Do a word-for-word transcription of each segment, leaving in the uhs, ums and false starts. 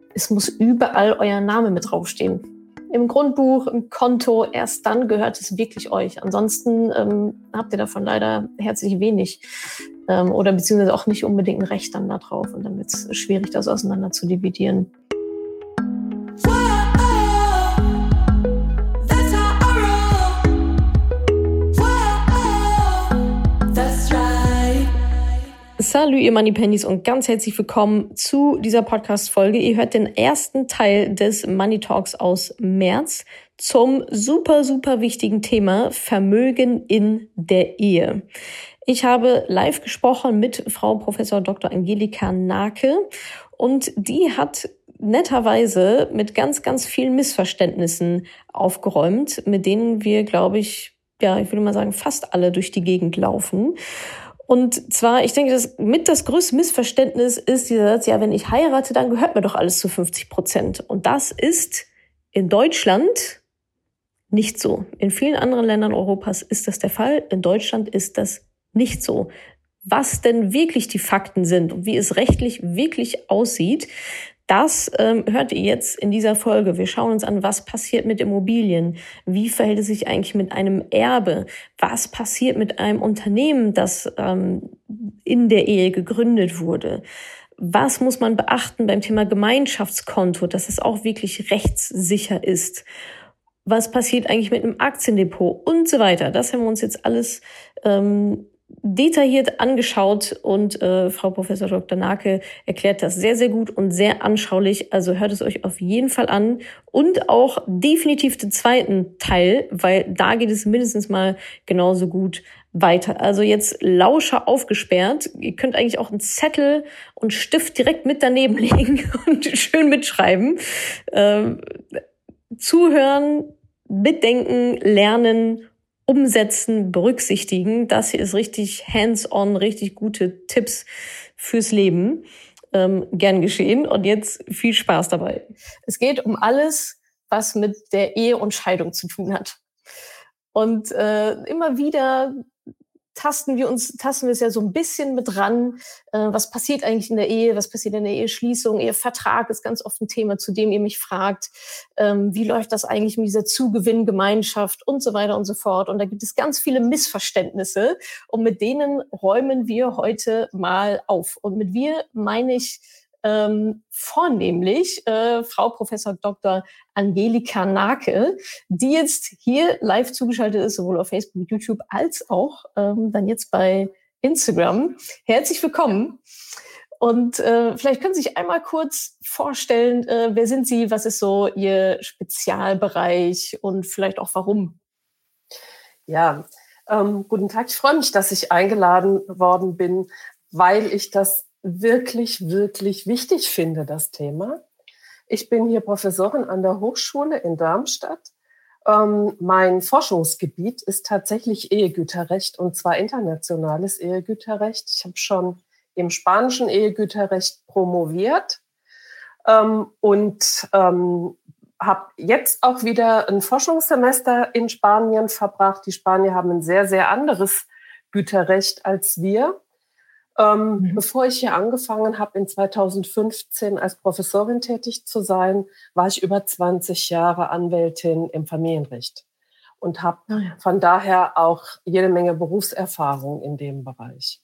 es muss überall euer Name mit draufstehen. Im Grundbuch, im Konto, erst dann gehört es wirklich euch. Ansonsten ähm, habt ihr davon leider herzlich wenig ähm, oder beziehungsweise auch nicht unbedingt ein Recht dann da drauf. Und dann wird es schwierig, das auseinander zu dividieren. Salut, ihr Moneypennies und ganz herzlich willkommen zu dieser Podcast-Folge. Ihr hört den ersten Teil des Money Talks aus März zum super, super wichtigen Thema Vermögen in der Ehe. Ich habe live gesprochen mit Frau Professor Doktor Angelika Nake und die hat netterweise mit ganz, ganz vielen Missverständnissen aufgeräumt, mit denen wir, glaube ich, ja, ich würde mal sagen, fast alle durch die Gegend laufen. Und zwar, ich denke, das mit das größte Missverständnis ist dieser Satz, ja, wenn ich heirate, dann gehört mir doch alles zu fünfzig Prozent. Und das ist in Deutschland nicht so. In vielen anderen Ländern Europas ist das der Fall. In Deutschland ist das nicht so. Was denn wirklich die Fakten sind und wie es rechtlich wirklich aussieht, das ähm, hört ihr jetzt in dieser Folge. Wir schauen uns an, was passiert mit Immobilien, wie verhält es sich eigentlich mit einem Erbe, was passiert mit einem Unternehmen, das ähm, in der Ehe gegründet wurde. Was muss man beachten beim Thema Gemeinschaftskonto, dass es auch wirklich rechtssicher ist? Was passiert eigentlich mit einem Aktiendepot und so weiter? Das haben wir uns jetzt alles ähm, detailliert angeschaut und äh, Frau Professor Doktor Nake erklärt das sehr, sehr gut und sehr anschaulich. Also hört es euch auf jeden Fall an und auch definitiv den zweiten Teil, weil da geht es mindestens mal genauso gut weiter. Also jetzt Lauscher aufgesperrt. Ihr könnt eigentlich auch einen Zettel und Stift direkt mit daneben legen und schön mitschreiben. Ähm, zuhören, mitdenken, lernen, umsetzen, berücksichtigen. Das hier ist richtig hands-on, richtig gute Tipps fürs Leben. Ähm, gern geschehen. Und jetzt viel Spaß dabei. Es geht um alles, was mit der Ehe und Scheidung zu tun hat. Und äh, immer wieder tasten wir uns, tasten wir es ja so ein bisschen mit ran. Äh, was passiert eigentlich in der Ehe? Was passiert in der Eheschließung? Ehevertrag ist ganz oft ein Thema, zu dem ihr mich fragt. Ähm, wie läuft das eigentlich mit dieser Zugewinngemeinschaft und so weiter und so fort? Und da gibt es ganz viele Missverständnisse und mit denen räumen wir heute mal auf. Und mit wir meine ich ähm, vornehmlich äh, Frau Professor Doktor Angelika Nake, die jetzt hier live zugeschaltet ist, sowohl auf Facebook, YouTube als auch ähm, dann jetzt bei Instagram. Herzlich willkommen. Und äh, vielleicht können Sie sich einmal kurz vorstellen, äh, wer sind Sie, was ist so Ihr Spezialbereich und vielleicht auch warum? Ja, ähm, guten Tag. Ich freue mich, dass ich eingeladen worden bin, weil ich das wirklich, wirklich wichtig finde, das Thema. Ich bin hier Professorin an der Hochschule in Darmstadt. Ähm, mein Forschungsgebiet ist tatsächlich Ehegüterrecht und zwar internationales Ehegüterrecht. Ich habe schon im spanischen Ehegüterrecht promoviert ähm, und ähm, habe jetzt auch wieder ein Forschungssemester in Spanien verbracht. Die Spanier haben ein sehr, sehr anderes Güterrecht als wir. Ähm, mhm. Bevor ich hier angefangen habe, in zweitausendfünfzehn als Professorin tätig zu sein, war ich über zwanzig Jahre Anwältin im Familienrecht und habe oh ja. von daher auch jede Menge Berufserfahrung in dem Bereich.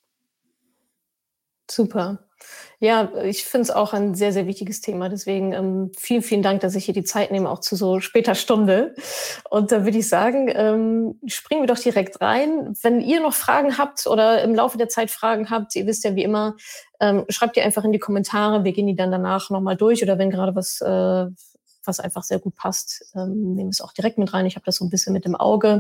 Super. Ja, ich finde es auch ein sehr, sehr wichtiges Thema. Deswegen ähm, vielen, vielen Dank, dass ich hier die Zeit nehme, auch zu so später Stunde. Und da würde ich sagen, ähm, springen wir doch direkt rein. Wenn ihr noch Fragen habt oder im Laufe der Zeit Fragen habt, ihr wisst ja wie immer, ähm, schreibt die einfach in die Kommentare. Wir gehen die dann danach nochmal durch. Oder wenn gerade was, äh, was einfach sehr gut passt, ähm, nehmen wir es auch direkt mit rein. Ich habe das so ein bisschen mit im Auge.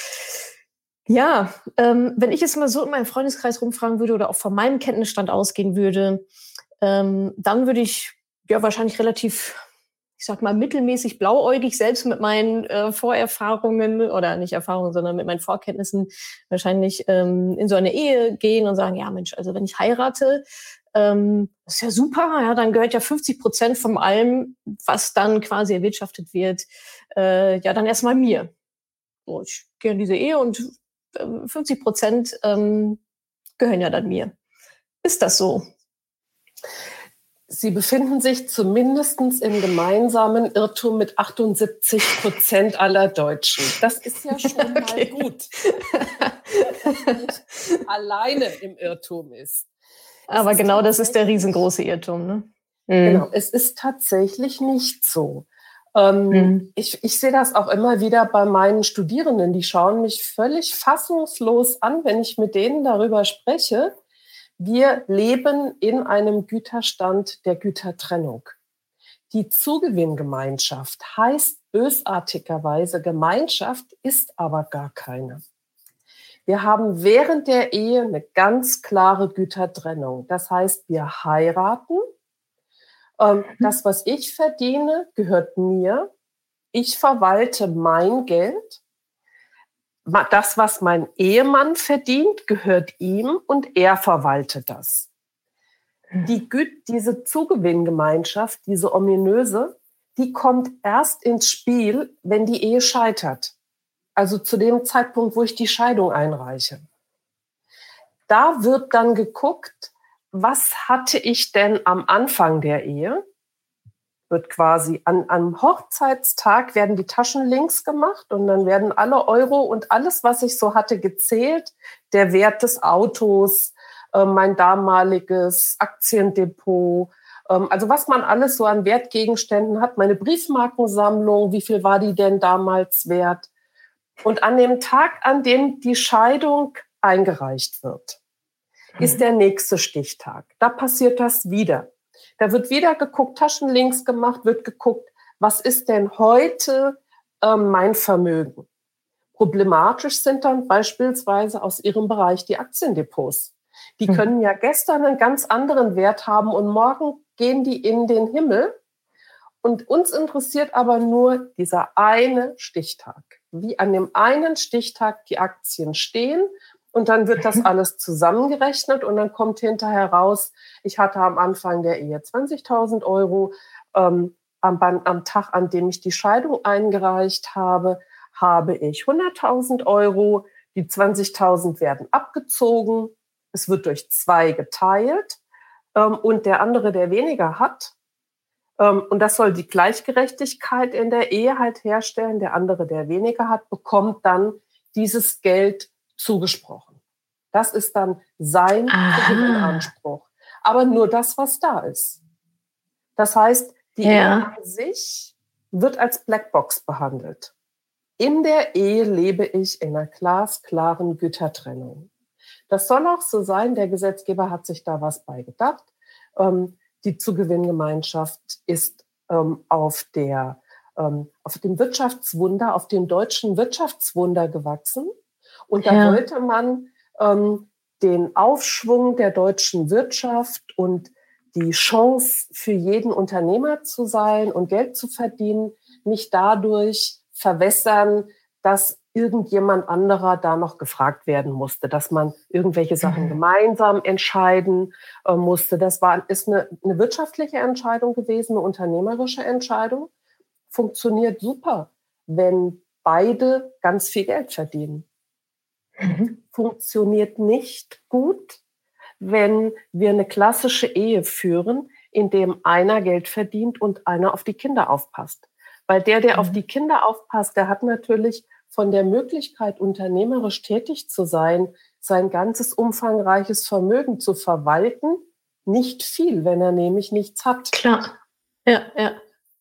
Ja, ähm, wenn ich jetzt mal so in meinem Freundeskreis rumfragen würde oder auch von meinem Kenntnisstand ausgehen würde, ähm, dann würde ich ja wahrscheinlich relativ, ich sag mal, mittelmäßig blauäugig selbst mit meinen äh, Vorerfahrungen oder nicht Erfahrungen, sondern mit meinen Vorkenntnissen wahrscheinlich ähm, in so eine Ehe gehen und sagen, ja Mensch, also wenn ich heirate, ähm, das ist ja super, ja, dann gehört ja fünfzig Prozent von allem, was dann quasi erwirtschaftet wird, äh, ja dann erstmal mir. So, ich gehe in diese Ehe und fünfzig Prozent ähm, gehören ja dann mir. Ist das so? Sie befinden sich zumindest im gemeinsamen Irrtum mit achtundsiebzig Prozent aller Deutschen. Das ist ja schon okay. Mal gut, dass man nicht alleine im Irrtum ist. Aber ist genau das ist der riesengroße Irrtum, ne? Mhm. Genau, es ist tatsächlich nicht so. Ähm, mhm. ich, ich sehe das auch immer wieder bei meinen Studierenden. Die schauen mich völlig fassungslos an, wenn ich mit denen darüber spreche. Wir leben in einem Güterstand der Gütertrennung. Die Zugewinngemeinschaft heißt bösartigerweise Gemeinschaft, ist aber gar keine. Wir haben während der Ehe eine ganz klare Gütertrennung. Das heißt, wir heiraten. Ähm, das, was ich verdiene, gehört mir. Ich verwalte mein Geld. Das, was mein Ehemann verdient, gehört ihm und er verwaltet das. Die Gü- diese Zugewinngemeinschaft, diese ominöse, die kommt erst ins Spiel, wenn die Ehe scheitert. Also zu dem Zeitpunkt, wo ich die Scheidung einreiche. Da wird dann geguckt, was hatte ich denn am Anfang der Ehe? Wird quasi an, am Hochzeitstag werden die Taschen links gemacht und dann werden alle Euro und alles, was ich so hatte, gezählt. Der Wert des Autos, äh, mein damaliges Aktiendepot, ähm, also was man alles so an Wertgegenständen hat, meine Briefmarkensammlung, wie viel war die denn damals wert? Und an dem Tag, an dem die Scheidung eingereicht wird, ist der nächste Stichtag. Da passiert das wieder. Da wird wieder geguckt, Taschen links gemacht, wird geguckt, was ist denn heute äh, mein Vermögen? Problematisch sind dann beispielsweise aus Ihrem Bereich die Aktiendepots. Die mhm. können ja gestern einen ganz anderen Wert haben und morgen gehen die in den Himmel. Und uns interessiert aber nur dieser eine Stichtag. Wie an dem einen Stichtag die Aktien stehen. Und dann wird das alles zusammengerechnet und dann kommt hinterher raus, ich hatte am Anfang der Ehe zwanzigtausend Euro. Ähm, am, am Tag, an dem ich die Scheidung eingereicht habe, habe ich hunderttausend Euro. Die zwanzigtausend werden abgezogen. Es wird durch zwei geteilt. Ähm, und der andere, der weniger hat, ähm, und das soll die Gleichgerechtigkeit in der Ehe halt herstellen, der andere, der weniger hat, bekommt dann dieses Geld zugesprochen. Das ist dann sein Gewinanspruch. Aber nur das, was da ist. Das heißt, die ja. Ehe an sich wird als Blackbox behandelt. In der Ehe lebe ich in einer glasklaren Gütertrennung. Das soll auch so sein, der Gesetzgeber hat sich da was bei gedacht. Ähm, die Zugewinngemeinschaft ist ähm, auf, der, ähm, auf dem Wirtschaftswunder, auf dem deutschen Wirtschaftswunder gewachsen. Und da ja. wollte man ähm, den Aufschwung der deutschen Wirtschaft und die Chance für jeden Unternehmer zu sein und Geld zu verdienen, nicht dadurch verwässern, dass irgendjemand anderer da noch gefragt werden musste, dass man irgendwelche Sachen mhm. gemeinsam entscheiden äh, musste. Das war, ist eine, eine wirtschaftliche Entscheidung gewesen, eine unternehmerische Entscheidung. Funktioniert super, wenn beide ganz viel Geld verdienen. Mhm. Funktioniert nicht gut, wenn wir eine klassische Ehe führen, in dem einer Geld verdient und einer auf die Kinder aufpasst. Weil der, der mhm. auf die Kinder aufpasst, der hat natürlich von der Möglichkeit, unternehmerisch tätig zu sein, sein ganzes umfangreiches Vermögen zu verwalten, nicht viel, wenn er nämlich nichts hat. Klar, ja, ja.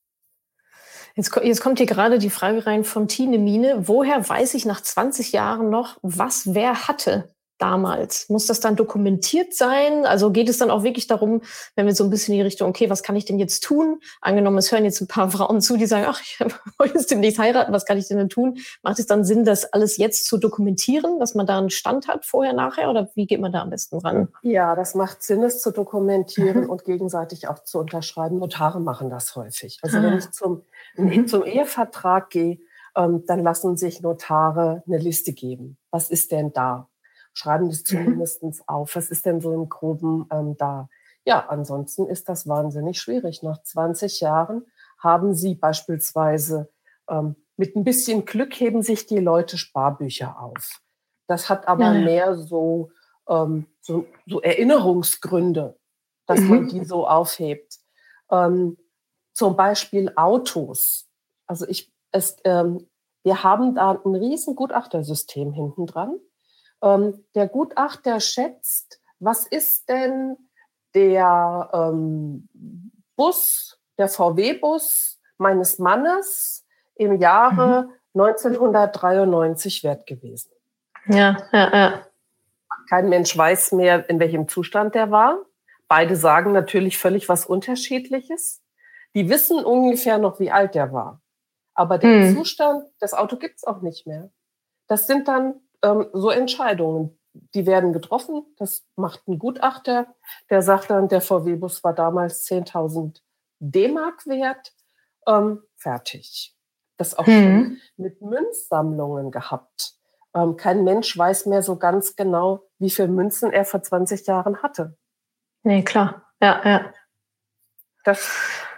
Jetzt, jetzt kommt hier gerade die Frage rein von Tine Mine. Woher weiß ich nach zwanzig Jahren noch, was wer hatte damals? Muss das dann dokumentiert sein? Also geht es dann auch wirklich darum, wenn wir so ein bisschen in die Richtung, okay, was kann ich denn jetzt tun? Angenommen, es hören jetzt ein paar Frauen zu, die sagen, ach, ich wollte jetzt demnächst heiraten, was kann ich denn dann tun? Macht es dann Sinn, das alles jetzt zu dokumentieren, dass man da einen Stand hat, vorher, nachher? Oder wie geht man da am besten ran? Ja, das macht Sinn, es zu dokumentieren mhm. und gegenseitig auch zu unterschreiben. Notare machen das häufig. Also ah. wenn ich zum, mhm. zum Ehevertrag gehe, ähm, dann lassen sich Notare eine Liste geben. Was ist denn da? Schreiben das zumindest mhm. auf. Was ist denn so im Groben ähm, da? Ja, ansonsten ist das wahnsinnig schwierig. Nach zwanzig Jahren haben Sie beispielsweise ähm, mit ein bisschen Glück heben sich die Leute Sparbücher auf. Das hat aber ja, ja. mehr so, ähm, so, so Erinnerungsgründe, dass mhm. man die so aufhebt. Ähm, zum Beispiel Autos. Also ich, es, ähm, wir haben da ein riesen Gutachtersystem hinten dran. Ähm, der Gutachter schätzt, was ist denn der ähm, Bus, der V W-Bus meines Mannes im Jahre Mhm. neunzehnhundertdreiundneunzig wert gewesen. Ja, ja, ja. Kein Mensch weiß mehr, in welchem Zustand der war. Beide sagen natürlich völlig was Unterschiedliches. Die wissen ungefähr noch, wie alt der war. Aber den Hm. Zustand, das Auto gibt's auch nicht mehr. Das sind dann ähm, so Entscheidungen. Die werden getroffen. Das macht ein Gutachter. Der sagt dann, der V W-Bus war damals zehntausend D-Mark wert. Ähm, fertig. Das auch schon Hm. mit Münzsammlungen gehabt. Ähm, kein Mensch weiß mehr so ganz genau, wie viele Münzen er vor zwanzig Jahren hatte. Nee, klar. Ja, ja. Das,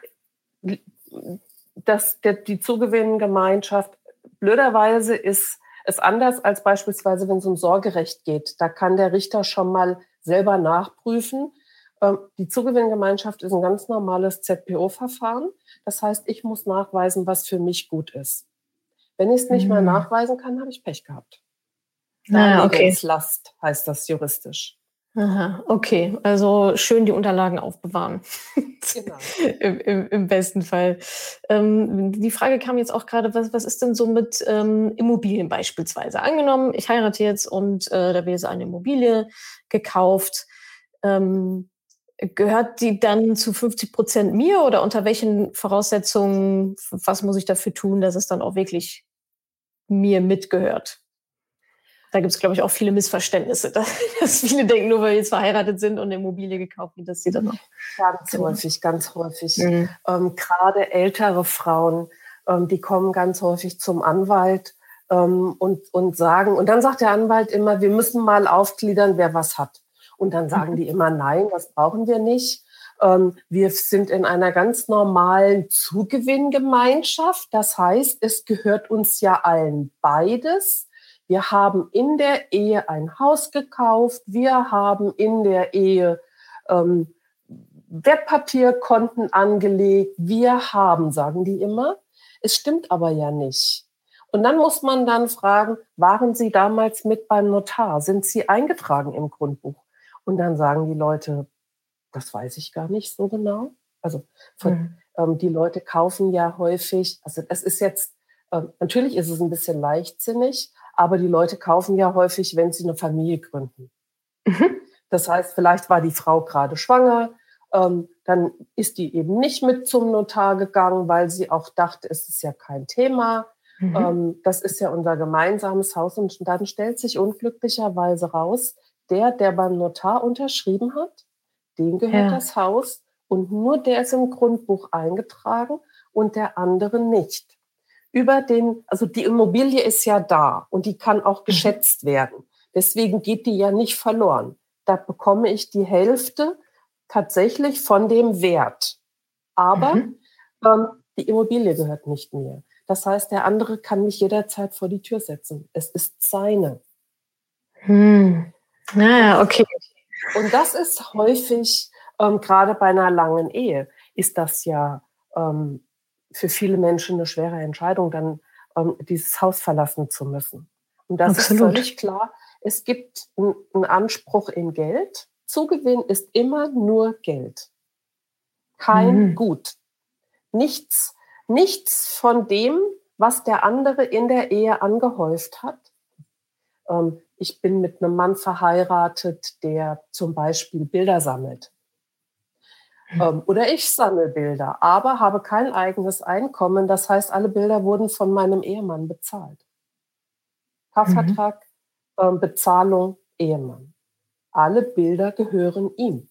das, der, die Zugewinngemeinschaft, blöderweise ist es anders als beispielsweise, wenn es um Sorgerecht geht. Da kann der Richter schon mal selber nachprüfen. Ähm, die Zugewinngemeinschaft ist ein ganz normales Z P O-Verfahren. Das heißt, ich muss nachweisen, was für mich gut ist. Wenn ich es nicht mehr Hm. nachweisen kann, habe ich Pech gehabt. Naja, okay. Darlegungslast heißt das juristisch. Aha, okay. Also schön die Unterlagen aufbewahren. Genau. Im, im, Im besten Fall. Ähm, die Frage kam jetzt auch gerade, was, was ist denn so mit ähm, Immobilien beispielsweise? Angenommen, ich heirate jetzt und äh, da wird jetzt eine Immobilie gekauft. Ähm, gehört die dann zu fünfzig Prozent mir oder unter welchen Voraussetzungen, was muss ich dafür tun, dass es dann auch wirklich mir mitgehört? Da gibt es, glaube ich, auch viele Missverständnisse, dass, dass viele denken, nur weil wir jetzt verheiratet sind und eine Immobilie gekauft wird, dass sie dann noch... Ganz häufig, ganz häufig. Mhm. Ähm, gerade ältere Frauen, ähm, die kommen ganz häufig zum Anwalt ähm, und, und sagen, und dann sagt der Anwalt immer, wir müssen mal aufgliedern, wer was hat. Und dann sagen Mhm. die immer, nein, das brauchen wir nicht. Ähm, wir sind in einer ganz normalen Zugewinngemeinschaft. Das heißt, es gehört uns ja allen beides. Wir haben in der Ehe ein Haus gekauft. Wir haben in der Ehe ähm, Wertpapierkonten angelegt. Wir haben, sagen die immer. Es stimmt aber ja nicht. Und dann muss man dann fragen, waren Sie damals mit beim Notar? Sind Sie eingetragen im Grundbuch? Und dann sagen die Leute, das weiß ich gar nicht so genau. Also von, Mhm. ähm, die Leute kaufen ja häufig, also es ist jetzt, ähm, natürlich ist es ein bisschen leichtsinnig, aber die Leute kaufen ja häufig, wenn sie eine Familie gründen. Mhm. Das heißt, vielleicht war die Frau gerade schwanger, ähm, dann ist die eben nicht mit zum Notar gegangen, weil sie auch dachte, es ist ja kein Thema. Mhm. Ähm, das ist ja unser gemeinsames Haus. Und dann stellt sich unglücklicherweise raus, der, der beim Notar unterschrieben hat, dem gehört Ja. das Haus und nur der ist im Grundbuch eingetragen und der andere nicht. Über den, also die Immobilie ist ja da und die kann auch geschätzt werden. Deswegen geht die ja nicht verloren. Da bekomme ich die Hälfte tatsächlich von dem Wert. Aber Mhm. ähm, die Immobilie gehört nicht mir. Das heißt, der andere kann mich jederzeit vor die Tür setzen. Es ist seine. Hm. Naja, okay. Und das ist häufig, ähm, gerade bei einer langen Ehe, ist das ja ähm, für viele Menschen eine schwere Entscheidung, dann ähm, dieses Haus verlassen zu müssen. Und das ist Absolut. völlig klar. Es gibt einen Anspruch in Geld. Zugewinn ist immer nur Geld. Kein Mhm. Gut. Nichts, nichts von dem, was der andere in der Ehe angehäuft hat. Ähm, ich bin mit einem Mann verheiratet, der zum Beispiel Bilder sammelt. Ähm, oder ich sammle Bilder, aber habe kein eigenes Einkommen. Das heißt, alle Bilder wurden von meinem Ehemann bezahlt. Mhm. Kaufvertrag, ähm, Bezahlung, Ehemann. Alle Bilder gehören ihm.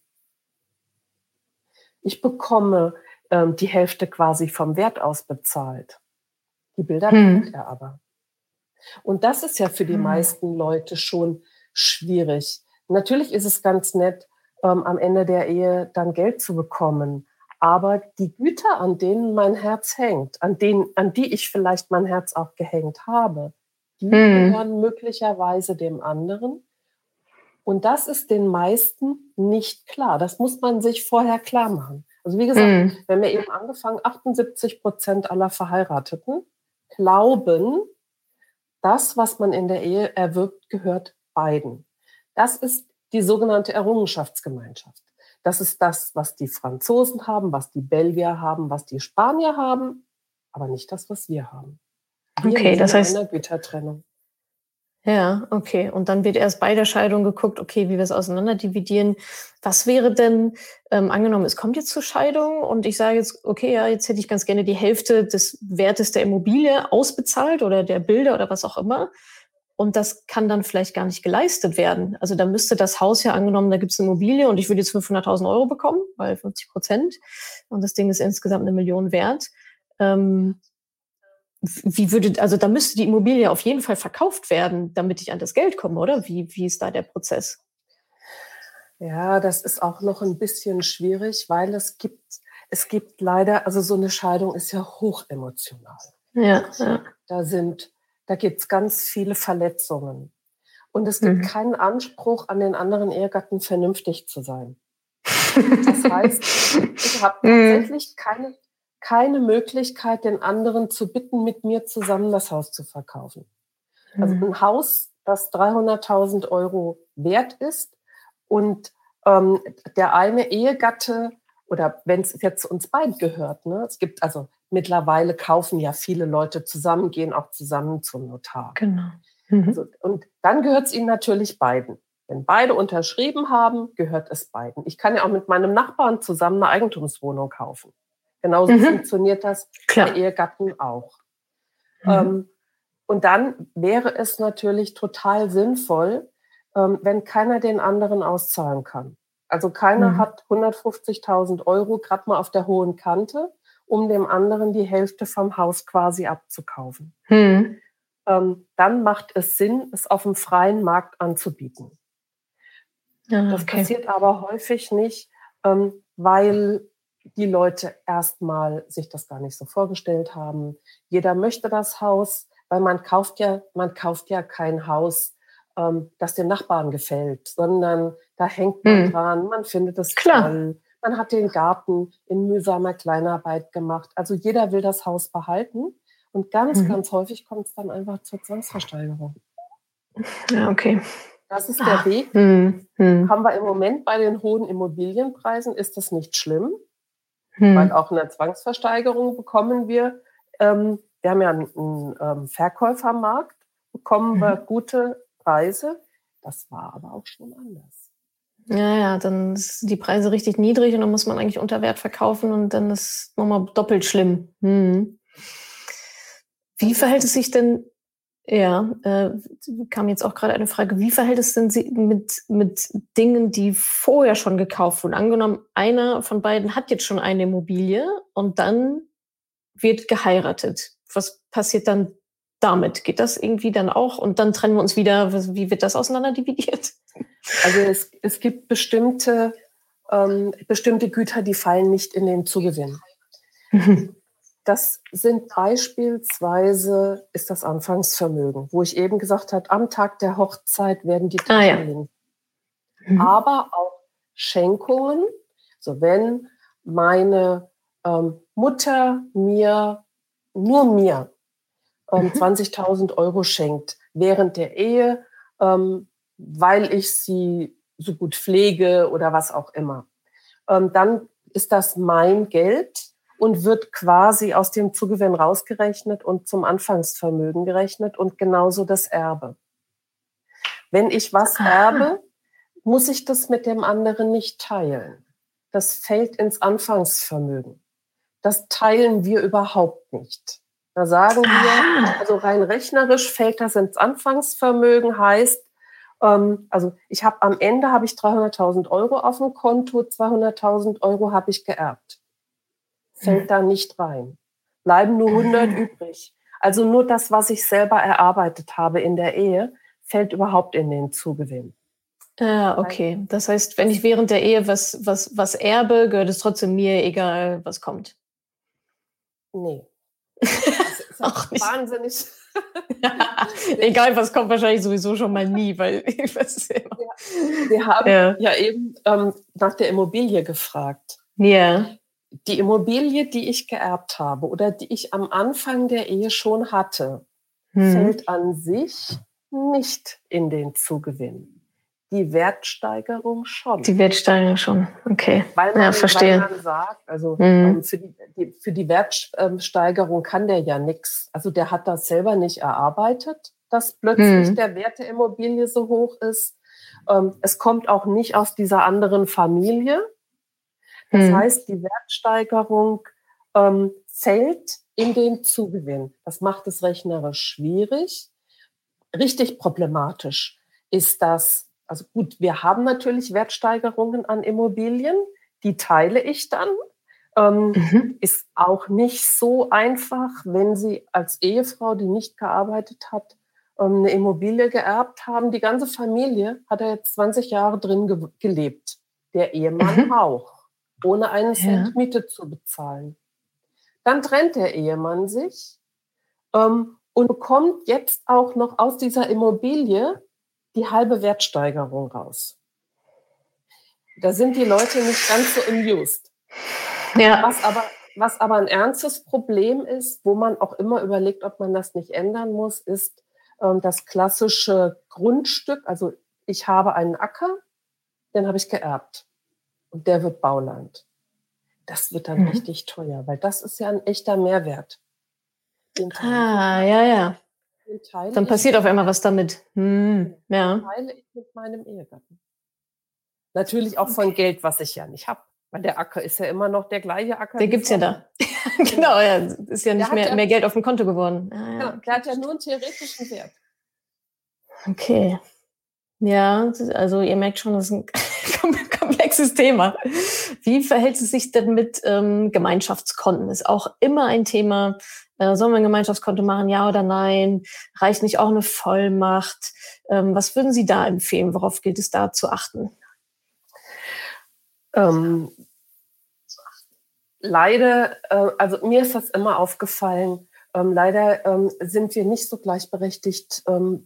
Ich bekomme ähm, die Hälfte quasi vom Wert aus bezahlt. Die Bilder behält Mhm. er aber. Und das ist ja für die meisten Leute schon schwierig. Natürlich ist es ganz nett, ähm, am Ende der Ehe dann Geld zu bekommen. Aber die Güter, an denen mein Herz hängt, an, denen, an die ich vielleicht mein Herz auch gehängt habe, die Mhm. gehören möglicherweise dem anderen. Und das ist den meisten nicht klar. Das muss man sich vorher klar machen. Also wie gesagt, Mhm. wir haben ja eben angefangen, achtundsiebzig Prozent aller Verheirateten glauben, das, was man in der Ehe erwirbt, gehört beiden. Das ist die sogenannte Errungenschaftsgemeinschaft. Das ist das, was die Franzosen haben, was die Belgier haben, was die Spanier haben, aber nicht das, was wir haben. Wir Okay, das heißt, einer Gütertrennung. Ja, okay. Und dann wird erst bei der Scheidung geguckt, okay, wie wir es auseinander dividieren. Was wäre denn, ähm, angenommen, es kommt jetzt zur Scheidung und ich sage jetzt, okay, ja, jetzt hätte ich ganz gerne die Hälfte des Wertes der Immobilie ausbezahlt oder der Bilder oder was auch immer. Und das kann dann vielleicht gar nicht geleistet werden. Also da müsste das Haus ja angenommen, da gibt es eine Immobilie und ich würde jetzt fünfhunderttausend Euro bekommen, weil fünfzig Prozent. Und das Ding ist insgesamt eine Million wert. Ähm, Wie würde, also da müsste die Immobilie auf jeden Fall verkauft werden, damit ich an das Geld komme, oder? Wie, wie ist da der Prozess? Ja, das ist auch noch ein bisschen schwierig, weil es gibt, es gibt leider, also so eine Scheidung ist ja hochemotional. Ja, ja. Da sind, da gibt's ganz viele Verletzungen. Und es gibt Mhm. keinen Anspruch an den anderen Ehegatten, vernünftig zu sein. Das heißt, ich habe tatsächlich keine, keine Möglichkeit, den anderen zu bitten, mit mir zusammen das Haus zu verkaufen. Also ein Haus, das dreihunderttausend Euro wert ist und ähm, der eine Ehegatte, oder wenn es jetzt uns beiden gehört, ne, es gibt also mittlerweile kaufen ja viele Leute zusammen, gehen auch zusammen zum Notar. Genau. Mhm. Also, und dann gehört es ihnen natürlich beiden. Wenn beide unterschrieben haben, gehört es beiden. Ich kann ja auch mit meinem Nachbarn zusammen eine Eigentumswohnung kaufen. Genauso Mhm. funktioniert das Klar. bei Ehegatten auch. Mhm. Ähm, und dann wäre es natürlich total sinnvoll, ähm, wenn keiner den anderen auszahlen kann. Also keiner Mhm. hat hundertfünfzigtausend Euro gerade mal auf der hohen Kante, um dem anderen die Hälfte vom Haus quasi abzukaufen. Mhm. Ähm, dann macht es Sinn, es auf dem freien Markt anzubieten. Ja, Das okay. passiert aber häufig nicht, ähm, weil die Leute erstmal sich das gar nicht so vorgestellt haben. Jeder möchte das Haus, weil man kauft ja, man kauft ja kein Haus, ähm, das dem Nachbarn gefällt, sondern da hängt man Mhm. dran, man findet es Klar. toll, man hat den Garten in mühsamer Kleinarbeit gemacht. Also jeder will das Haus behalten und ganz, Mhm. ganz häufig kommt es dann einfach zur Zwangsversteigerung. Ja, okay. Das ist der Ah. Weg. Mhm. Mhm. Haben wir im Moment bei den hohen Immobilienpreisen, ist das nicht schlimm, Mhm. weil auch eine Zwangsversteigerung bekommen wir. Ähm, wir haben ja einen, einen ähm, Verkäufermarkt, bekommen wir Mhm. gute Preise. Das war aber auch schon anders. Ja, ja, dann sind die Preise richtig niedrig und dann muss man eigentlich unter Wert verkaufen und dann ist es nochmal doppelt schlimm. Mhm. Wie Das verhält ist es sich denn, ja, äh, kam jetzt auch gerade eine Frage, wie verhält es denn sie mit, mit Dingen, die vorher schon gekauft wurden? Angenommen, einer von beiden hat jetzt schon eine Immobilie und dann wird geheiratet. Was passiert dann damit? Geht das irgendwie dann auch? Und dann trennen wir uns wieder. Wie wird das auseinanderdividiert? Also es, es gibt bestimmte, ähm, bestimmte Güter, die fallen nicht in den Zugewinn. Mhm. Das sind beispielsweise, ist das Anfangsvermögen, wo ich eben gesagt habe, am Tag der Hochzeit werden die Taschen Ah ja. links. Mhm. Aber auch Schenkungen. So, wenn meine ähm, Mutter mir, nur mir, ähm, Mhm. zwanzigtausend Euro schenkt während der Ehe, ähm, weil ich sie so gut pflege oder was auch immer, ähm, dann ist das mein Geld und wird quasi aus dem Zugewinn rausgerechnet und zum Anfangsvermögen gerechnet und genauso das Erbe. Wenn ich was Aha. erbe, muss ich das mit dem anderen nicht teilen. Das fällt ins Anfangsvermögen. Das teilen wir überhaupt nicht. Da sagen wir, Aha. also rein rechnerisch fällt das ins Anfangsvermögen, heißt, ähm, also ich habe am Ende habe ich dreihunderttausend Euro auf dem Konto, zweihunderttausend Euro habe ich geerbt. Fällt da nicht rein. Bleiben nur hundert übrig. Also nur das, was ich selber erarbeitet habe in der Ehe, fällt überhaupt in den Zugewinn. Ja, okay. Das heißt, wenn ich während der Ehe was, was, was erbe, gehört es trotzdem mir, egal was kommt. Nee. Das ist ja Auch nicht. wahnsinnig. Egal was kommt, wahrscheinlich sowieso schon mal nie, weil ich weiß ja immer. Wir haben Ja. ja eben ähm, nach der Immobilie gefragt. Ja. die Immobilie, die ich geerbt habe oder die ich am Anfang der Ehe schon hatte, hm. fällt an sich nicht in den Zugewinn. Die Wertsteigerung schon. Die Wertsteigerung schon, okay. Weil man, ja, verstehe. Weil man sagt, also mhm. ähm, für, die, die, für die Wertsteigerung kann der ja nichts. Also der hat das selber nicht erarbeitet, dass plötzlich mhm. der Wert der Immobilie so hoch ist. Ähm, es kommt auch nicht aus dieser anderen Familie. Das mhm. heißt, die Wertsteigerung ähm, fällt in den Zugewinn. Das macht es rechnerisch schwierig. Richtig problematisch ist das. Also gut, wir haben natürlich Wertsteigerungen an Immobilien, die teile ich dann. Ähm, mhm. Ist auch nicht so einfach, wenn Sie als Ehefrau, die nicht gearbeitet hat, ähm, eine Immobilie geerbt haben. Die ganze Familie hat er jetzt zwanzig Jahre drin ge- gelebt. Der Ehemann mhm. auch, ohne einen Cent ja. Miete zu bezahlen. Dann trennt der Ehemann sich ähm, und bekommt jetzt auch noch aus dieser Immobilie die halbe Wertsteigerung raus. Da sind die Leute nicht ganz so amused. Ja. Was aber, was aber ein ernstes Problem ist, wo man auch immer überlegt, ob man das nicht ändern muss, ist ähm, das klassische Grundstück. Also ich habe einen Acker, den habe ich geerbt und der wird Bauland. Das wird dann mhm. richtig teuer, weil das ist ja ein echter Mehrwert. Ah, ja, ja. Dann passiert auf einmal was damit. Hm, ja. Den teile ich mit meinem Ehegatten. Natürlich auch von Geld, was ich ja nicht habe. Weil der Acker ist ja immer noch der gleiche Acker. Der gibt's ja da. Genau, ja. Ist ja nicht mehr, ja, mehr Geld auf dem Konto geworden. Ah, ja, genau, okay. Der hat ja nur einen theoretischen Wert. Okay. Ja, also ihr merkt schon, das ist ein komplexes Thema. Wie verhält es sich denn mit ähm, Gemeinschaftskonten? Ist auch immer ein Thema. Äh, sollen wir ein Gemeinschaftskonto machen, ja oder nein? Reicht nicht auch eine Vollmacht? Ähm, was würden Sie da empfehlen? Worauf gilt es da zu achten? Ähm, leider, äh, also mir ist das immer aufgefallen, ähm, leider ähm, sind wir nicht so gleichberechtigt, ähm,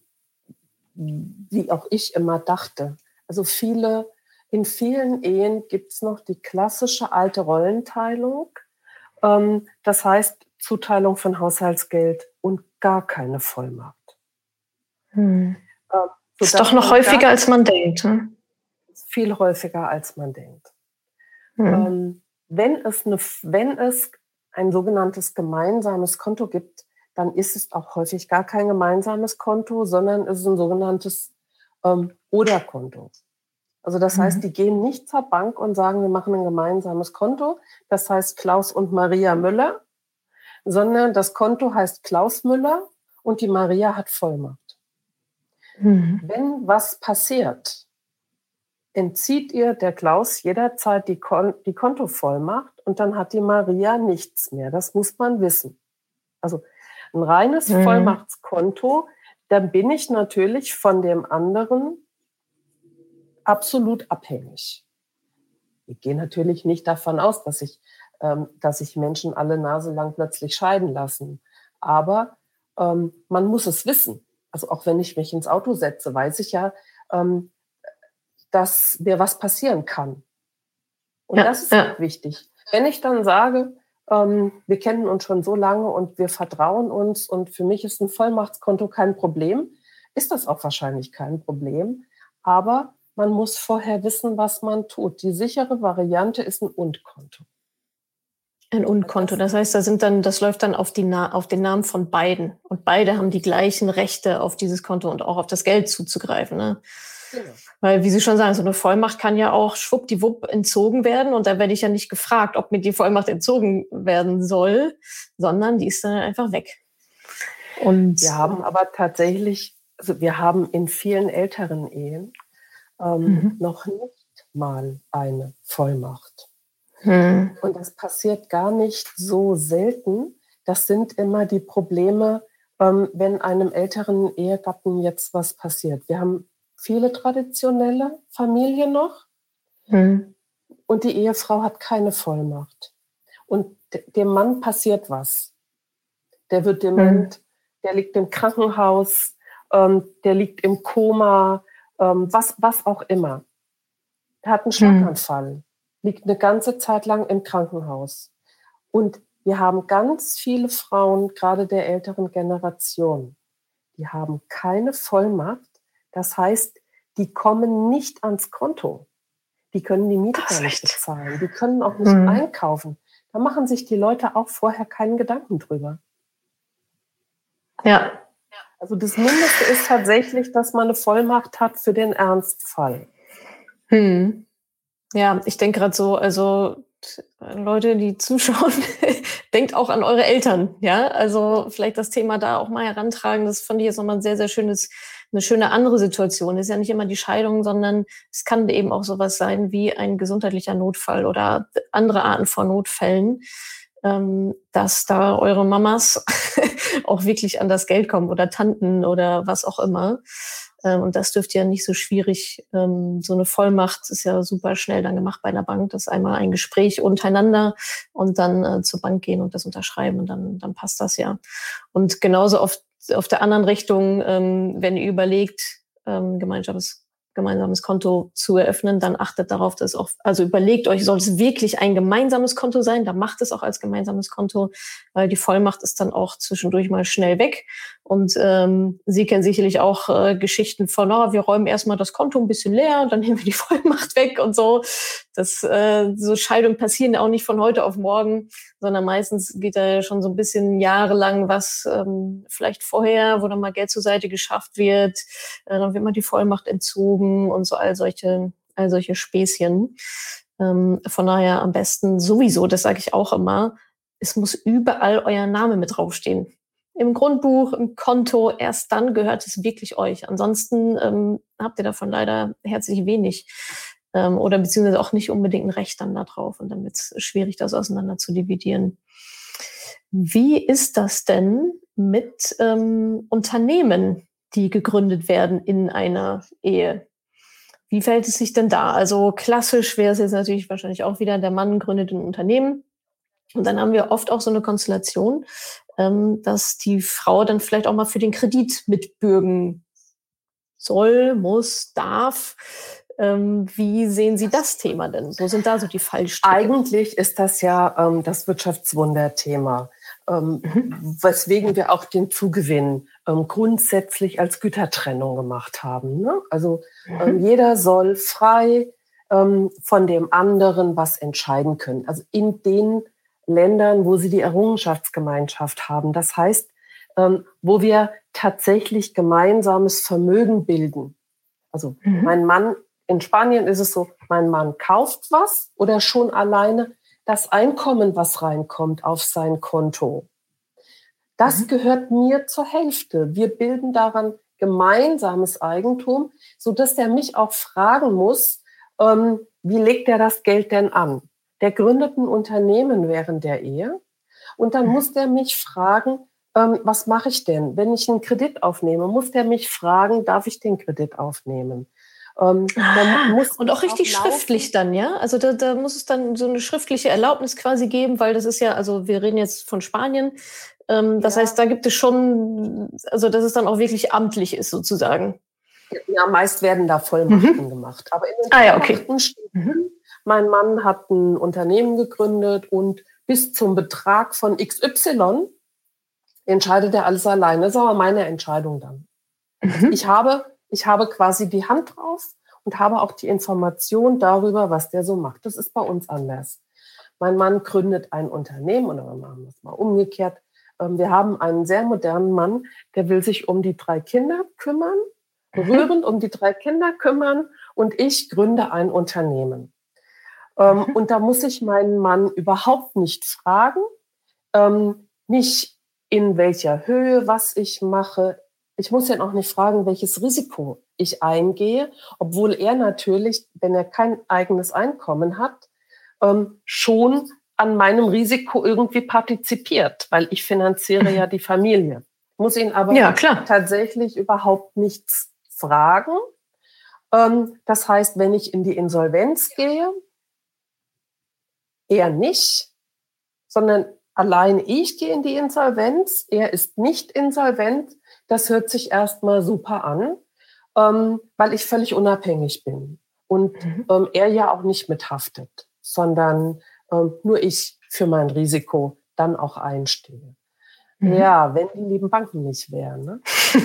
wie auch ich immer dachte. Also viele, in vielen Ehen gibt es noch die klassische alte Rollenteilung. Ähm, das heißt Zuteilung von Haushaltsgeld und gar keine Vollmacht. Hm. Ähm, ist doch noch häufiger, als man denkt. Ne? Viel häufiger, als man denkt. Hm. Ähm, wenn es eine, wenn es ein sogenanntes gemeinsames Konto gibt, dann ist es auch häufig gar kein gemeinsames Konto, sondern es ist ein sogenanntes ähm, Oder-Konto. Also das mhm. heißt, die gehen nicht zur Bank und sagen, wir machen ein gemeinsames Konto. Das heißt Klaus und Maria Müller, sondern das Konto heißt Klaus Müller und die Maria hat Vollmacht. Mhm. Wenn was passiert, entzieht ihr der Klaus jederzeit die, Kon- die Kontovollmacht und dann hat die Maria nichts mehr. Das muss man wissen. Also ein reines mhm. Vollmachtskonto, dann bin ich natürlich von dem anderen absolut abhängig. Ich gehe natürlich nicht davon aus, dass sich ähm, dass sich Menschen alle Nase lang plötzlich scheiden lassen. Aber ähm, man muss es wissen. Also auch wenn ich mich ins Auto setze, weiß ich ja, ähm, dass mir was passieren kann. Und ja, das ist ja. wichtig. Wenn ich dann sage, ähm, wir kennen uns schon so lange und wir vertrauen uns und für mich ist ein Vollmachtskonto kein Problem, ist das auch wahrscheinlich kein Problem. Aber man muss vorher wissen, was man tut. Die sichere Variante ist ein Und-Konto. Ein Und-Konto, das heißt, da sind dann, das läuft dann auf, die Na- auf den Namen von beiden. Und beide haben die gleichen Rechte auf dieses Konto und auch auf das Geld zuzugreifen. Ne? Genau. Weil, wie Sie schon sagen, so eine Vollmacht kann ja auch schwuppdiwupp entzogen werden. Und da werde ich ja nicht gefragt, ob mir die Vollmacht entzogen werden soll, sondern die ist dann einfach weg. Und wir haben aber tatsächlich, also wir haben in vielen älteren Ehen ähm, mhm. noch nicht mal eine Vollmacht. Mhm. Und das passiert gar nicht so selten. Das sind immer die Probleme, ähm, wenn einem älteren Ehegatten jetzt was passiert. Wir haben viele traditionelle Familien noch mhm. und die Ehefrau hat keine Vollmacht. Und de- dem Mann passiert was. Der wird dement, mhm. der liegt im Krankenhaus, ähm, der liegt im Koma, ähm, was, was auch immer. Der hat einen Schlaganfall. Mhm. liegt eine ganze Zeit lang im Krankenhaus. Und wir haben ganz viele Frauen, gerade der älteren Generation, die haben keine Vollmacht. Das heißt, die kommen nicht ans Konto. Die können die Miete gar nicht bezahlen. Die können auch nicht mhm. einkaufen. Da machen sich die Leute auch vorher keinen Gedanken drüber. Ja. Also das Mindeste ist tatsächlich, dass man eine Vollmacht hat für den Ernstfall. Hm. Ja, ich denke gerade so, also Leute, die zuschauen, denkt auch an eure Eltern, ja, also vielleicht das Thema da auch mal herantragen, das fand ich jetzt nochmal ein sehr, sehr schönes, eine schöne andere Situation. Es ist ja nicht immer die Scheidung, sondern es kann eben auch sowas sein wie ein gesundheitlicher Notfall oder andere Arten von Notfällen, ähm, dass da eure Mamas auch wirklich an das Geld kommen oder Tanten oder was auch immer. Und das dürfte ja nicht so schwierig, so eine Vollmacht ist ja super schnell dann gemacht bei einer Bank, das ist einmal ein Gespräch untereinander und dann zur Bank gehen und das unterschreiben und dann, dann passt das ja. Und genauso auf, auf der anderen Richtung, wenn ihr überlegt, gemeinsames gemeinsames Konto zu eröffnen, dann achtet darauf, dass auch, also überlegt euch, soll es wirklich ein gemeinsames Konto sein, dann macht es auch als gemeinsames Konto, weil die Vollmacht ist dann auch zwischendurch mal schnell weg. Und ähm, Sie kennen sicherlich auch äh, Geschichten von, oh, wir räumen erstmal das Konto ein bisschen leer, dann nehmen wir die Vollmacht weg und so. Das, äh, so Scheidungen passieren ja auch nicht von heute auf morgen, sondern meistens geht da ja schon so ein bisschen jahrelang was ähm, vielleicht vorher, wo dann mal Geld zur Seite geschafft wird, äh, dann wird mal die Vollmacht entzogen und so all solche, all solche Späßchen. Ähm, von daher am besten sowieso, das sage ich auch immer, es muss überall euer Name mit draufstehen. Im Grundbuch, im Konto, erst dann gehört es wirklich euch. Ansonsten ähm, habt ihr davon leider herzlich wenig ähm, oder beziehungsweise auch nicht unbedingt ein Recht dann da drauf. Und dann wird es schwierig, das auseinander zu dividieren. Wie ist das denn mit ähm, Unternehmen, die gegründet werden in einer Ehe? Wie verhält es sich denn da? Also klassisch wäre es jetzt natürlich wahrscheinlich auch wieder, der Mann gründet ein Unternehmen. Und dann haben wir oft auch so eine Konstellation, ähm, dass die Frau dann vielleicht auch mal für den Kredit mitbürgen soll, muss, darf. Ähm, wie sehen Sie das Thema denn? Wo sind da so die Fallstricke? Eigentlich ist das ja ähm, das Wirtschaftswunderthema, ähm, mhm. weswegen wir auch den Zugewinn ähm, grundsätzlich als Gütertrennung gemacht haben. Ne? Also mhm. ähm, jeder soll frei ähm, von dem anderen was entscheiden können. Also in den Ländern, wo sie die Errungenschaftsgemeinschaft haben. Das heißt, ähm, wo wir tatsächlich gemeinsames Vermögen bilden. Also mhm. mein Mann, in Spanien ist es so, mein Mann kauft was oder schon alleine das Einkommen, was reinkommt auf sein Konto. Das mhm. gehört mir zur Hälfte. Wir bilden daran gemeinsames Eigentum, sodass der mich auch fragen muss, ähm, wie legt er das Geld denn an? Der gründet ein Unternehmen während der Ehe und dann muss der mich fragen, ähm, was mache ich denn? Wenn ich einen Kredit aufnehme, muss der mich fragen, darf ich den Kredit aufnehmen? Ähm, ah, muss und auch richtig auch schriftlich dann, ja? Also da, da muss es dann so eine schriftliche Erlaubnis quasi geben, weil das ist ja, also wir reden jetzt von Spanien, ähm, das ja. heißt, da gibt es schon, also dass es dann auch wirklich amtlich ist sozusagen. Ja, meist werden da Vollmachten mhm. gemacht. Aber in den ah, ja, okay. steht, mhm. mein Mann hat ein Unternehmen gegründet und bis zum Betrag von X Y entscheidet er alles alleine. Das ist aber meine Entscheidung dann. Mhm. Also ich habe, ich habe quasi die Hand drauf und habe auch die Information darüber, was der so macht. Das ist bei uns anders. Mein Mann gründet ein Unternehmen, oder wir machen das mal umgekehrt. Wir haben einen sehr modernen Mann, der will sich um die drei Kinder kümmern, berührend um die drei Kinder kümmern, und ich gründe ein Unternehmen. Ähm, mhm. Und da muss ich meinen Mann überhaupt nicht fragen, ähm, nicht in welcher Höhe, was ich mache. Ich muss ihn auch nicht fragen, welches Risiko ich eingehe, obwohl er natürlich, wenn er kein eigenes Einkommen hat, ähm, schon an meinem Risiko irgendwie partizipiert, weil ich finanziere ja die Familie. Ich muss ihn aber ja, klar. tatsächlich überhaupt nichts fragen. Ähm, das heißt, wenn ich in die Insolvenz gehe, er nicht, sondern allein ich gehe in die Insolvenz, er ist nicht insolvent. Das hört sich erstmal super an, ähm, weil ich völlig unabhängig bin und mhm. ähm, er ja auch nicht mithaftet. sondern ähm, nur ich für mein Risiko dann auch einstehe. Mhm. Ja, wenn die lieben Banken nicht wären. Ne?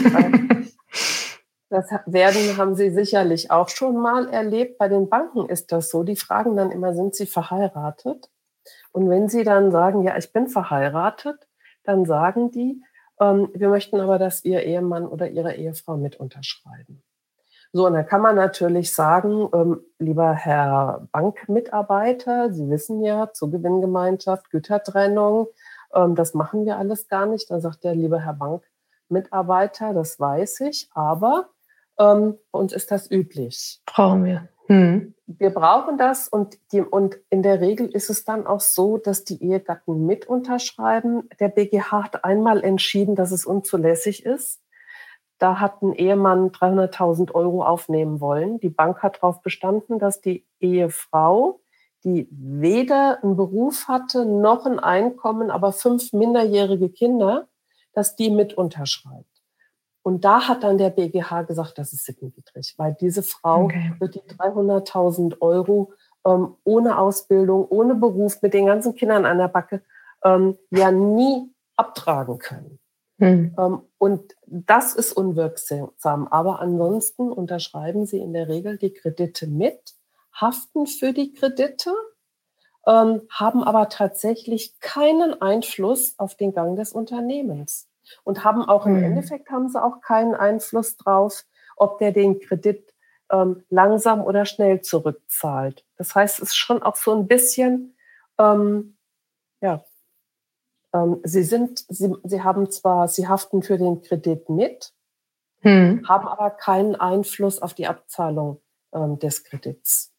Das werden, haben Sie sicherlich auch schon mal erlebt. Bei den Banken ist das so. Die fragen dann immer, sind Sie verheiratet? Und wenn Sie dann sagen, ja, ich bin verheiratet, dann sagen die, ähm, wir möchten aber, dass Ihr Ehemann oder Ihre Ehefrau mit unterschreiben. So, und dann kann man natürlich sagen, ähm, lieber Herr Bankmitarbeiter, Sie wissen ja, Zugewinngemeinschaft, Gütertrennung, ähm, das machen wir alles gar nicht. Dann sagt der liebe Herr Bankmitarbeiter, das weiß ich, aber ähm, bei uns ist das üblich. Brauchen wir. Hm. Wir brauchen das und, die, und in der Regel ist es dann auch so, dass die Ehegatten mit unterschreiben. Der B G H hat einmal entschieden, dass es unzulässig ist. Da hat ein Ehemann dreihunderttausend Euro aufnehmen wollen. Die Bank hat darauf bestanden, dass die Ehefrau, die weder einen Beruf hatte noch ein Einkommen, aber fünf minderjährige Kinder, dass die mit unterschreibt. Und da hat dann der B G H gesagt, das ist sittenwidrig, weil diese Frau Okay. wird die dreihunderttausend Euro ähm, ohne Ausbildung, ohne Beruf, mit den ganzen Kindern an der Backe ähm, ja nie abtragen können. Hm. Ähm, und das ist unwirksam. Aber ansonsten unterschreiben sie in der Regel die Kredite mit, haften für die Kredite, ähm, haben aber tatsächlich keinen Einfluss auf den Gang des Unternehmens. Und haben auch im Hm. Endeffekt haben sie auch keinen Einfluss drauf, ob der den Kredit ähm, langsam oder schnell zurückzahlt. Das heißt, es ist schon auch so ein bisschen, ähm, ja, ähm, sie sind, sie, sie haben zwar, sie haften für den Kredit mit, Hm. haben aber keinen Einfluss auf die Abzahlung ähm, des Kredits.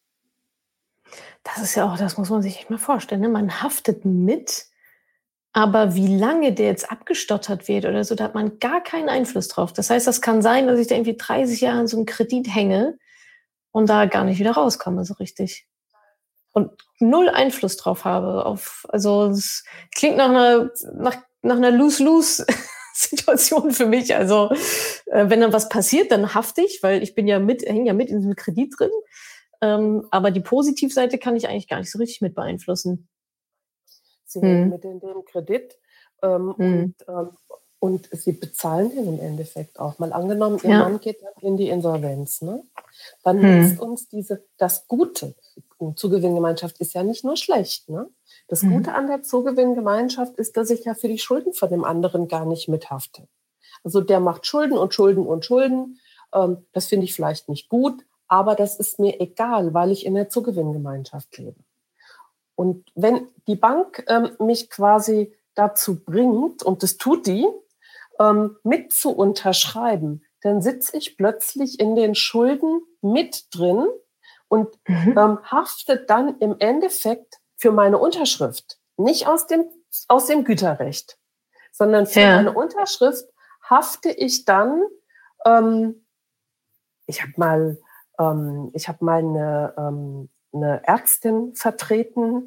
Das ist ja auch, das muss man sich echt mal vorstellen. Ne? Man haftet mit, aber wie lange der jetzt abgestottert wird oder so, da hat man gar keinen Einfluss drauf. Das heißt, das kann sein, dass ich da irgendwie dreißig Jahre an so einem Kredit hänge und da gar nicht wieder rauskomme so richtig. Und null Einfluss drauf habe. Auf, also es klingt nach einer, nach, nach einer Lose-Lose-Situation für mich. Also äh, wenn dann was passiert, dann hafte ich, weil ich bin ja mit, hänge ja mit in diesem Kredit drin. Ähm, aber die Positivseite kann ich eigentlich gar nicht so richtig mit beeinflussen. Sie Hm. hängen mit in dem Kredit ähm, Hm. und, ähm, und sie bezahlen den im Endeffekt auch. Mal angenommen, Ihr Ja. Mann geht dann in die Insolvenz, ne? Dann Hm. nützt uns diese, das Gute. Eine Zugewinngemeinschaft ist ja nicht nur schlecht, ne? Das Mhm. Gute an der Zugewinngemeinschaft ist, dass ich ja für die Schulden von dem anderen gar nicht mithafte. Also der macht Schulden und Schulden und Schulden. Ähm, das finde ich vielleicht nicht gut, aber das ist mir egal, weil ich in der Zugewinngemeinschaft lebe. Und wenn die Bank ähm, mich quasi dazu bringt, und das tut die, ähm, mit zu unterschreiben, dann sitze ich plötzlich in den Schulden mit drin und Mhm. ähm, haftet dann im Endeffekt für meine Unterschrift. Nicht aus dem, aus dem Güterrecht, sondern für Ja. meine Unterschrift hafte ich dann, ähm, ich habe mal, ähm, ich habe mal eine, ähm, eine Ärztin vertreten,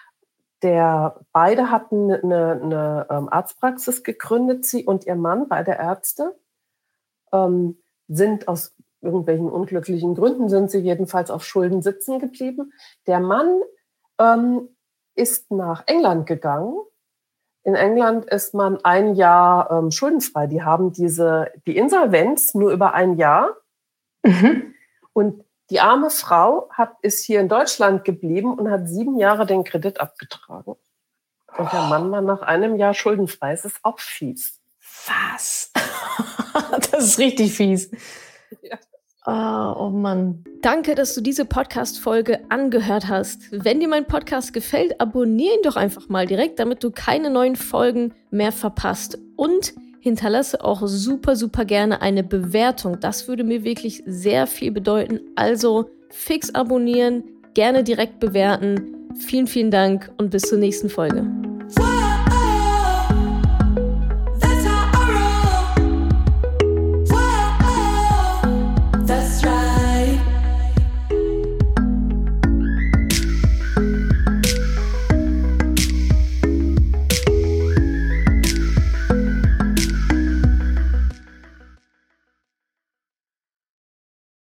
der beide hatten eine, eine ähm, Arztpraxis gegründet, sie und ihr Mann, beide Ärzte, ähm, sind aus irgendwelchen unglücklichen Gründen, sind sie jedenfalls auf Schulden sitzen geblieben. Der Mann ähm, ist nach England gegangen. In England ist man ein Jahr ähm, schuldenfrei. Die haben diese, die Insolvenz nur über ein Jahr. Mhm. Und die arme Frau hat, ist hier in Deutschland geblieben und hat sieben Jahre den Kredit abgetragen. Und der Mann war nach einem Jahr schuldenfrei. Es ist auch fies. Was? Das ist richtig fies. Ja. Oh, oh Mann. Danke, dass du diese Podcast-Folge angehört hast. Wenn dir mein Podcast gefällt, abonniere ihn doch einfach mal direkt, damit du keine neuen Folgen mehr verpasst. Und hinterlasse auch super, super gerne eine Bewertung. Das würde mir wirklich sehr viel bedeuten. Also fix abonnieren, gerne direkt bewerten. Vielen, vielen Dank und bis zur nächsten Folge.